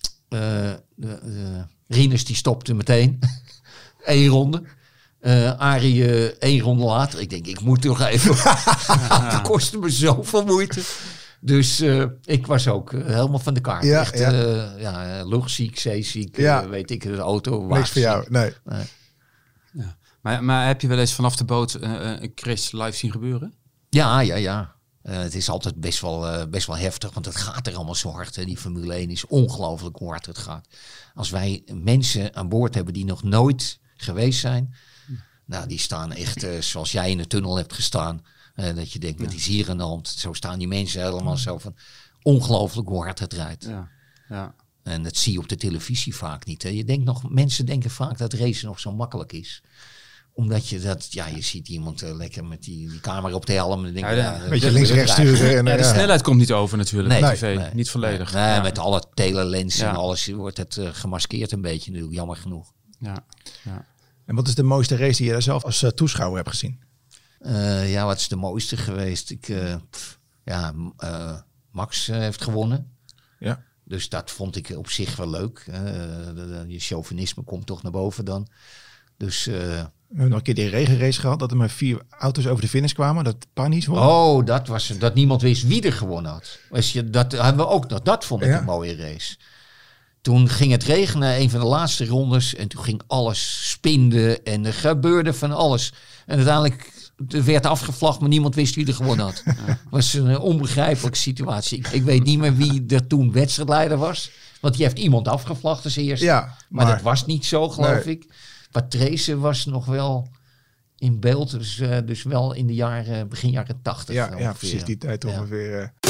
de, de, Rinus die stopte meteen. Eén ronde. Uh, Arie uh, één ronde later. Ik denk, ik moet toch even. Dat kostte me zoveel moeite. Dus uh, ik was ook uh, helemaal van de kaart. Ja, Echt, ja. uh, ja, luchtziek, zeeziek, Ja. uh, weet ik, de auto. Niks voor jou, nee. Nee. Maar, maar heb je wel eens vanaf de boot uh, een crash live zien gebeuren? Ja, ja, ja. Uh, het is altijd best wel, uh, best wel heftig, want het gaat er allemaal zo hard. Hè. Die Formule één is ongelooflijk hoe hard het gaat. Als wij mensen aan boord hebben die nog nooit geweest zijn, nou, die staan echt uh, zoals jij in de tunnel hebt gestaan. Uh, dat je denkt, wat is hier aan de hand? Zo staan die mensen helemaal zo van ongelooflijk hoe hard het rijdt. Ja. Ja. En dat zie je op de televisie vaak niet. Hè. Je denkt nog, mensen denken vaak dat racen nog zo makkelijk is. Omdat je dat, ja, je ziet iemand uh, lekker met die, die camera op de helm. En denk, Ja, ja, ja. dat- Beetje dat- links dat rechts rijdt. sturen. En, Ja, de ja. snelheid komt niet over natuurlijk Nee, op tv. nee, niet volledig. Nee, ja. met alle telelensen Ja. en alles wordt het uh, gemaskeerd een beetje nu, jammer genoeg. Ja. Ja. En wat is de mooiste race die je daar zelf als uh, toeschouwer hebt gezien? Uh, ja, wat is de mooiste geweest? Ik, uh, pff, ja, uh, Max uh, heeft gewonnen. Ja. Dus dat vond ik op zich wel leuk. Uh, de, de, je chauvinisme komt toch naar boven dan. Dus... Uh, We hebben nog een keer die regenrace gehad, dat er maar vier auto's over de finish kwamen. Dat Panis won. Oh, dat was dat niemand wist wie er gewonnen had. Als je, dat hebben we ook nog. Dat vond ik Ja. een mooie race. Toen ging het regenen, een van de laatste rondes. En toen ging alles spinden en er gebeurde van alles. En uiteindelijk er werd afgevlagd, maar niemand wist wie er gewonnen had. Het was een uh, onbegrijpelijke situatie. Ik, ik weet niet meer wie er toen wedstrijdleider was. Want die heeft iemand afgevlagd als eerste. Ja, maar, maar- dat was niet zo, geloof Nee. ik. Patrese was nog wel in beeld. Dus, uh, dus wel in de jaren, begin jaren tachtig. Ja, ongeveer. ja, precies die tijd Ja. ongeveer. Uh.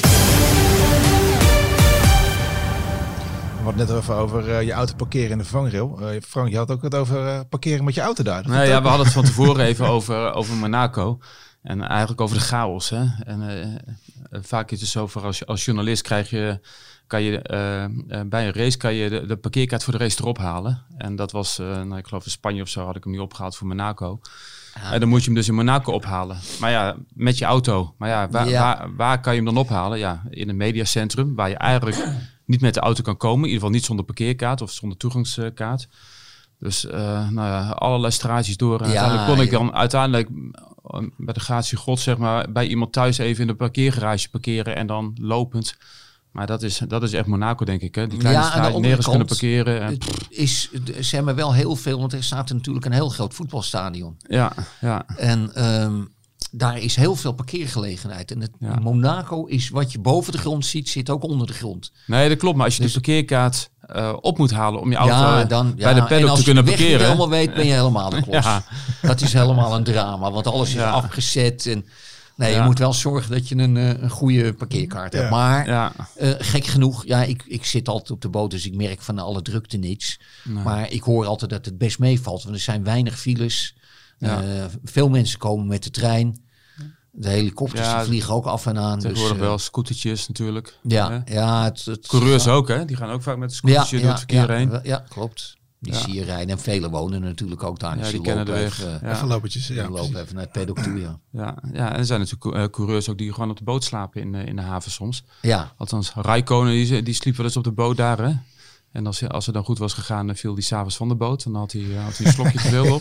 We hadden het net even over uh, je auto parkeren in de vangrail. Uh, Frank, je had ook het over uh, parkeren met je auto daar. Dat Nou vond ja, ik we ook- hadden het van tevoren even over, over Monaco. En eigenlijk over de chaos. Hè? En uh, vaak is het zo, voor als, als journalist krijg je, kan je uh, uh, bij een race kan je de, de parkeerkaart voor de race erop halen. En dat was, uh, nou, ik geloof in Spanje of zo had ik hem niet opgehaald voor Monaco. Ja. En dan moet je hem dus in Monaco ophalen. Maar ja, met je auto. Maar ja, waar, Ja. Waar, waar kan je hem dan ophalen? Ja, in een mediacentrum waar je eigenlijk niet met de auto kan komen. In ieder geval niet zonder parkeerkaart of zonder toegangskaart. Dus uh, nou ja, allerlei straatjes door. En Ja, uiteindelijk kon ik ja. dan uiteindelijk uh, bij de gratie God zeg maar bij iemand thuis even in de parkeergarage parkeren en dan lopend. Maar dat is, dat is echt Monaco, denk ik. Hè? Die kleine Ja, aan de straatjes andere nergens kunnen kant, parkeren. En, Het is, ze hebben wel heel veel, want er staat natuurlijk een heel groot voetbalstadion. ja, ja. En ehm, daar is heel veel parkeergelegenheid. En het, Ja. Monaco is wat je boven de grond ziet, zit ook onder de grond. Nee, dat klopt. Maar als je Dus- de parkeerkaart uh, op moet halen om je auto ja, uh, dan, bij ja, de paddock en als te kunnen je de weg niet parkeren. helemaal weet, ben je helemaal de klos. Ja. Dat is helemaal een drama, want alles is Ja. afgezet. En, nee, je Ja. moet wel zorgen dat je een, eh, een goede parkeerkaart hebt. Ja. Maar Ja, eh, gek genoeg, ja, ik, ik zit altijd op de boot, dus ik merk van alle drukte niets. nee. Maar ik hoor altijd dat het best meevalt, want er zijn weinig files. Ja. Eh, veel mensen komen met de trein. De helikopters Ja, die vliegen ook af en aan. tegenwoordig dus, eh, wel scootertjes natuurlijk. Ja, Hè? ja het, het, Coureurs ook, hè? Die gaan ook vaak met een scootertje door het verkeer ja, heen. Ja, klopt. Die Ja. zie je rijden. En velen wonen natuurlijk ook daar. Ja, dus die die kennen de lopen weg. even, Ja. Even lopertjes, ja. die lopen precies. even naar het paddock toe, ja. Ja, ja, en er zijn natuurlijk uh, coureurs ook die gewoon op de boot slapen in, uh, in de haven soms. Ja, Althans, Räikkönen die, die sliep wel eens op de boot daar, hè? En als, als het dan goed was gegaan, dan viel hij s'avonds van de boot. En dan had hij, uh, had hij een slokje te veel op.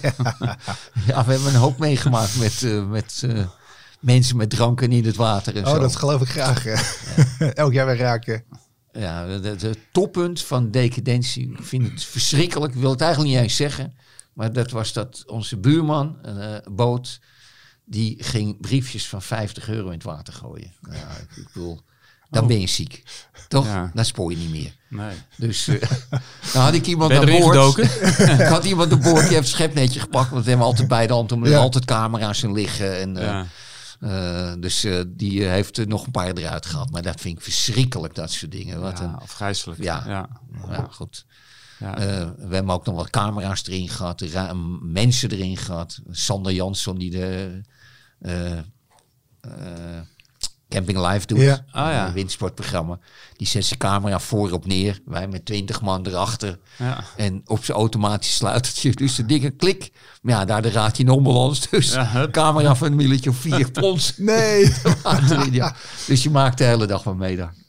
ja, we hebben een hoop meegemaakt met, uh, met uh, mensen met dranken in het water en Oh, zo. dat geloof ik graag. Ja. Elk jaar weer raken. Ja, het toppunt van decadentie. Ik vind het verschrikkelijk. Ik wil het eigenlijk niet eens zeggen. Maar dat was dat onze buurman, een uh, boot, die ging briefjes van vijftig euro in het water gooien. Ja, ik, ik bedoel, dan Oh. ben je ziek. Toch? Ja. Dan spoor je niet meer. Nee. Dus uh, dan had ik iemand Ben je aan erin boord. gedoken? Ik had iemand aan boord, die heeft het schepnetje gepakt. Want we hebben altijd bij de hand, om Ja. altijd camera's in liggen. En, uh, Ja. uh, dus uh, die uh, heeft er nog een paar eruit gehad. Maar dat vind ik verschrikkelijk, dat soort dingen. Wat Ja, een, afgrijzelijk. Ja. Ja. ja, goed. Ja. Uh, we hebben ook nog wat camera's erin gehad, ra- mensen erin gehad. Sander Jansson die de uh, uh, Camping Live doet, Ja. Ah, ja. een windsportprogramma. Die zet zijn camera voorop neer, wij met twintig man erachter. Ja. En op zijn automatisch sluitertje, dus de dingen klik. Maar ja, daar de raad je normals, dus Ja, hup. camera van een milletje of vier plons. Nee. Achterin, ja. Dus je maakt de hele dag maar mee daar.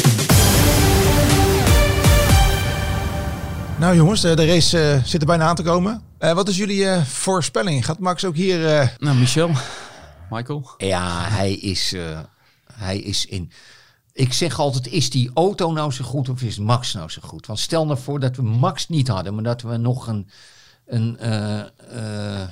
Nou jongens, de race uh, zit er bijna aan te komen. Uh, wat is jullie uh, voorspelling? Gaat Max ook hier... Uh... Nou, Michel. Michael. Ja, hij is, uh, hij is in... Ik zeg altijd, is die auto nou zo goed of is Max nou zo goed? Want stel nou voor dat we Max niet hadden, maar dat we nog een, een uh, uh,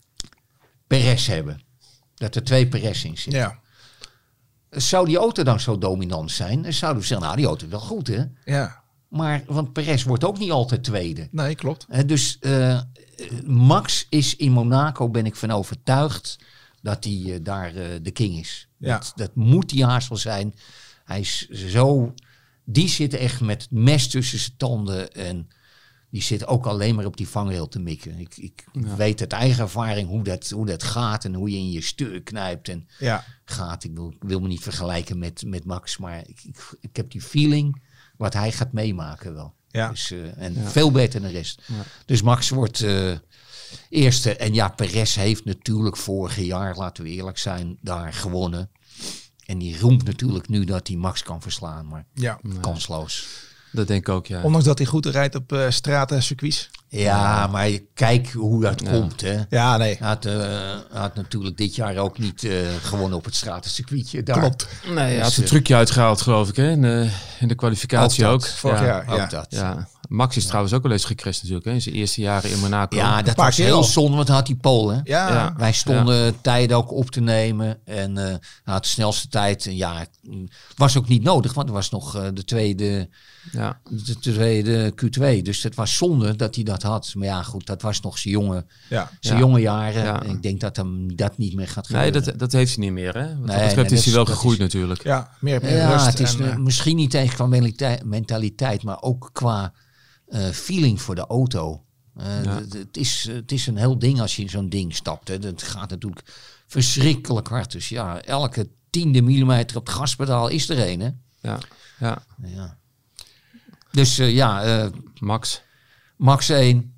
Perez hebben. Dat er twee Perez in zitten. Ja. Zou die auto dan zo dominant zijn? Dan zouden we zeggen, nou die auto is wel goed hè. Ja. Maar, want Perez wordt ook niet altijd tweede. Nee, klopt. He, dus uh, Max is in Monaco, ben ik van overtuigd, dat hij uh, daar uh, de king is. Ja. Dat, dat moet hij haast wel zijn. Hij is zo... Die zit echt met het mes tussen zijn tanden en die zit ook alleen maar op die vangrail te mikken. Ik, ik Ja. weet uit eigen ervaring hoe dat, hoe dat gaat en hoe je in je stuur knijpt en Ja. gaat. Ik wil, ik wil me niet vergelijken met, met Max, maar ik, ik, ik heb die feeling wat hij gaat meemaken wel. Ja. Dus, uh, en Ja. veel beter dan de rest. Ja. Dus Max wordt uh, eerste. En ja, Perez heeft natuurlijk vorig jaar, laten we eerlijk zijn, daar gewonnen. En die roemt natuurlijk nu dat hij Max kan verslaan, maar Ja. kansloos. Dat denk ik ook, ja. Ondanks dat hij goed rijdt op uh, straten en circuits. Ja, maar kijk hoe dat Ja. komt, hè. Ja, nee. Hij had, uh, had natuurlijk dit jaar ook niet uh, gewonnen op het stratencircuitje. Daar. Klopt. Nee, hij Dus, had een uh, trucje uitgehaald, geloof ik, hè? In de, in de kwalificatie Ook ook. dat. Vorig ja. jaar. Ook Ja. dat. Ja. Max is trouwens ook wel eens gecrashed natuurlijk, hè? In zijn eerste jaren in Monaco. Ja, dat paar was keer heel al. zonde, want hij had die pole, hè. Ja. Ja. Wij stonden tijden ook op te nemen. En uh, hij had de snelste tijd. En ja, was ook niet nodig. Want er was nog uh, de tweede, Ja. de tweede Q twee. Dus het was zonde dat hij dat had. Maar ja, goed, dat was nog zijn jonge, Ja. zijn Ja. jonge jaren. Ja. En ik denk dat hem dat niet meer gaat Nee, gebeuren. dat, dat heeft hij niet meer, hè? Wat dat Nee, betreft nee, is dat hij is- wel dat gegroeid is- natuurlijk. Ja, meer, meer Ja, rust. het is en, uh, uh, misschien niet tegen qua mentaliteit, mentaliteit, maar ook qua uh, feeling voor de auto. Uh, Ja. d- d- het, is, het is een heel ding als je in zo'n ding stapt. Hè. Dat gaat natuurlijk verschrikkelijk hard. Dus ja, elke tiende millimeter op het gaspedaal is er een. Hè? Ja. Ja. Ja. Dus uh, ja, uh, Max. Max één.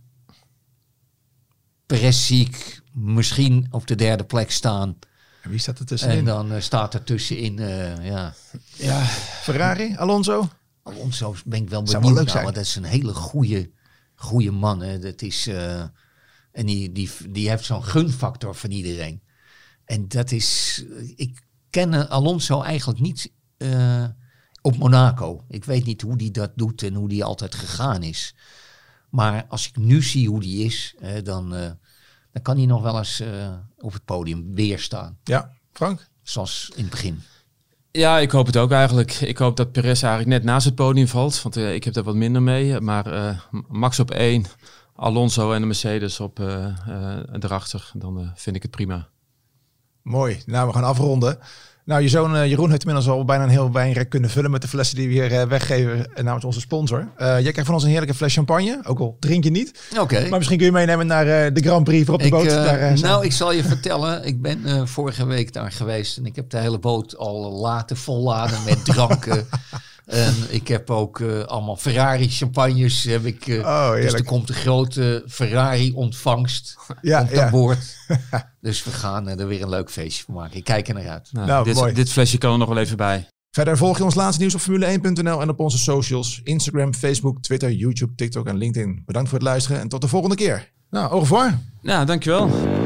Perez ziek. Misschien op de derde plek staan. en wie staat er tussenin? En dan uh, staat er tussenin, uh, ja... Ja. Ferrari, Alonso? Alonso ben ik wel Zou benieuwd wel leuk naar, zijn. want dat is een hele goede, goede man. Hè. Dat is, uh, en die, die, die heeft zo'n gunfactor van iedereen. En dat is... Ik ken Alonso eigenlijk niet uh, op Monaco. Ik weet niet hoe die dat doet en hoe die altijd gegaan is. Maar als ik nu zie hoe die is, hè, dan, uh, dan kan hij nog wel eens uh, op het podium weer staan. Ja. Frank? Zoals in het begin. Ja, ik hoop het ook eigenlijk. Ik hoop dat Perez eigenlijk net naast het podium valt. Want uh, ik heb daar wat minder mee. Maar uh, Max op één, Alonso en de Mercedes op uh, uh, erachter. Dan uh, vind ik het prima. Mooi. Nou, we gaan afronden. Nou, je zoon uh, Jeroen heeft inmiddels al bijna een heel wijnrek kunnen vullen met de flessen die we hier uh, weggeven uh, namens onze sponsor. Uh, jij krijgt van ons een heerlijke fles champagne, ook al drink je niet. Oké. Maar misschien kun je meenemen naar uh, de Grand Prix voor op de Ik, boot. uh, Daar, uh, staan. nou, ik zal je vertellen. Ik ben uh, vorige week daar geweest. En ik heb de hele boot al laten volladen met dranken. En ik heb ook uh, allemaal Ferrari champagnes. Heb ik, uh, Oh, dus heerlijk. er komt een grote Ferrari ontvangst. Ja, komt ja. aan boord. Dus we gaan uh, er weer een leuk feestje van maken. Ik kijk er naar uit. Nou, Nou, dit, mooi. dit flesje kan er nog wel even bij. Verder volg je ons laatste nieuws op Formule één punt n l en op onze socials. Instagram, Facebook, Twitter, YouTube, TikTok en LinkedIn. Bedankt voor het luisteren en tot de volgende keer. Nou, au revoir. Ja, dankjewel.